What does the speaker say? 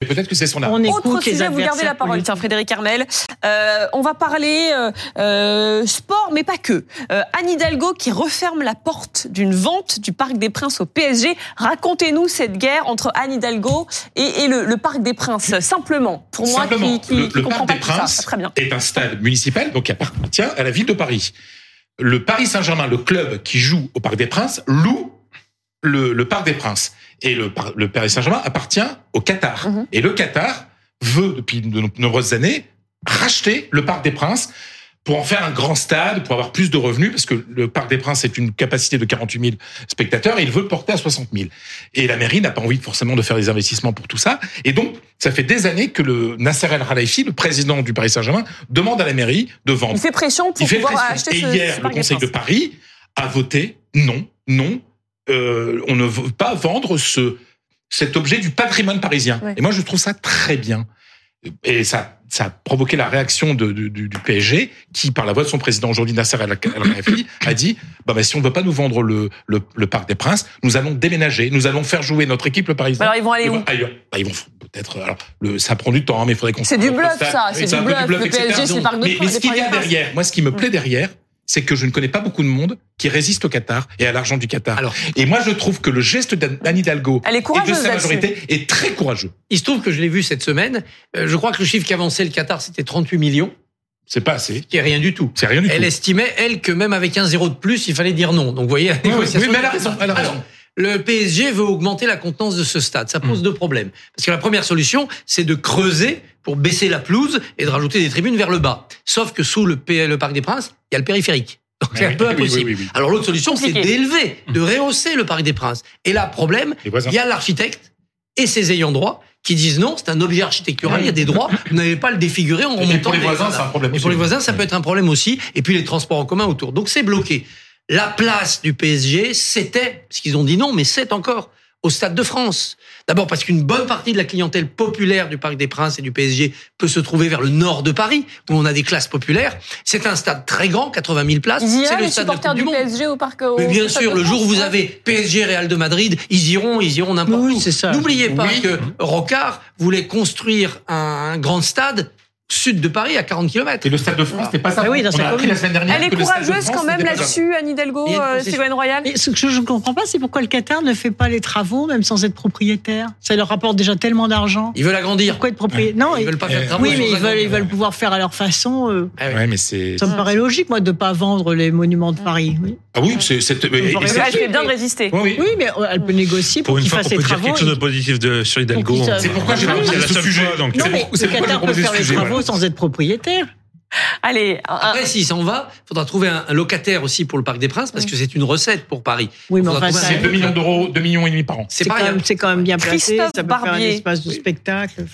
peut-être que c'est son arme. Autre sujet, vous gardez la parole, tiens, Frédéric Armel. On va parler sport, mais pas que. Anne Hidalgo qui referme la porte d'une vente du Parc des Princes au PSG. Racontez-nous cette guerre entre Anne Hidalgo et le Parc des Princes. Simplement, pour moi qui comprends pas tout ça. Très bien. Est un stade municipal, donc qui appartient à la ville de Paris. Le Paris Saint-Germain, le club qui joue au Parc des Princes, loue le Parc des Princes. Et le Paris Saint-Germain appartient au Qatar. Et le Qatar veut, depuis de nombreuses années, racheter le Parc des Princes pour en faire un grand stade, pour avoir plus de revenus, parce que le Parc des Princes est une capacité de 48 000 spectateurs, et il veut le porter à 60 000. Et la mairie n'a pas envie forcément de faire des investissements pour tout ça. Et donc, ça fait des années que le Nasser El Khelaifi, le président du Paris Saint-Germain, demande à la mairie de vendre. Il fait pression pour pouvoir acheter ce Parc des Princes. Et hier, le Conseil de Paris a voté non, on ne veut pas vendre cet objet du patrimoine parisien. Ouais. Et moi, je trouve ça très bien. Et ça a provoqué la réaction du PSG, qui, par la voix de son président aujourd'hui, Nasser El Khelaifi, a dit si on ne veut pas nous vendre le Parc des Princes, nous allons déménager, nous allons faire jouer notre équipe, le Parisien. Alors ils vont aller où? Ils vont peut-être. Alors, ça prend du temps, mais il faudrait qu'on. C'est du bluff, ça. C'est du bluff. Le PSG, c'est le Parc des Princes. Mais ce qu'il y a derrière, moi, ce qui me plaît derrière, c'est que je ne connais pas beaucoup de monde qui résiste au Qatar et à l'argent du Qatar. Et moi, je trouve que le geste d'Anne Hidalgo et de sa majorité est très courageux. Il se trouve que je l'ai vu cette semaine. Je crois que le chiffre qu'avançait le Qatar, c'était 38 millions. C'est pas assez. Qui est rien du tout. C'est rien du tout. Elle estimait, que même avec un zéro de plus, il fallait dire non. Donc, vous voyez, la négociation. Oui, mais elle a raison. Alors, le PSG veut augmenter la contenance de ce stade. Ça pose deux problèmes. Parce que la première solution, c'est de creuser pour baisser la pelouse et de rajouter des tribunes vers le bas. Sauf que sous le Parc des Princes, il y a le périphérique. Donc c'est un peu impossible. Oui. Alors l'autre solution, c'est d'élever, de rehausser le Parc des Princes. Et là, problème, il y a l'architecte et ses ayants droit qui disent non, c'est un objet architectural, il y a des droits, vous n'avez pas à le défigurer en remontant. Et pour les voisins, c'est un problème. Et pour les voisins, ça peut être un problème aussi. Et puis les transports en commun autour. Donc c'est bloqué. La place du PSG, c'était, parce qu'ils ont dit non, mais c'est encore au Stade de France. D'abord parce qu'une bonne partie de la clientèle populaire du Parc des Princes et du PSG peut se trouver vers le nord de Paris, où on a des classes populaires. C'est un stade très grand, 80 000 places. C'est le stade du PSG au Parc. Mais bien sûr, le jour où vous avez PSG Real de Madrid, ils iront n'importe où. C'est ça. N'oubliez pas que Rocard voulait construire un grand stade sud de Paris à 40 km. Et le Stade de France, c'était pas ça. Oui, on a appris la semaine dernière. Elle est courageuse quand même là-dessus, Anne Hidalgo, Ségolène Royal. Et ce que je ne comprends pas, c'est pourquoi le Qatar ne fait pas les travaux, même sans être propriétaire. Ça leur rapporte déjà tellement d'argent. Ils veulent agrandir. Pourquoi être propriétaire? Non, ils veulent pas faire de travaux. Oui, mais ils veulent pouvoir faire à leur façon. Mais c'est. Ça me paraît logique, moi, de ne pas vendre les monuments de Paris. Oui. Ah oui, c'est. Elle fait bien de résister. Oui, mais elle peut négocier pour qu'ils fassent les travaux. Pour une fois qu'on peut dire quelque chose de positif sur Hidalgo. C'est pourquoi j'ai proposé ce sujet. Non, mais le Qatar peut faire les travaux sans être propriétaire. Allez. Après, s'il s'en va, il faudra trouver un locataire aussi pour le Parc des Princes, parce que c'est une recette pour Paris. Oui, mais enfin, c'est 2 millions d'euros, 2,5 millions par an. C'est quand même bien placé. Ça peut faire un espace de spectacle.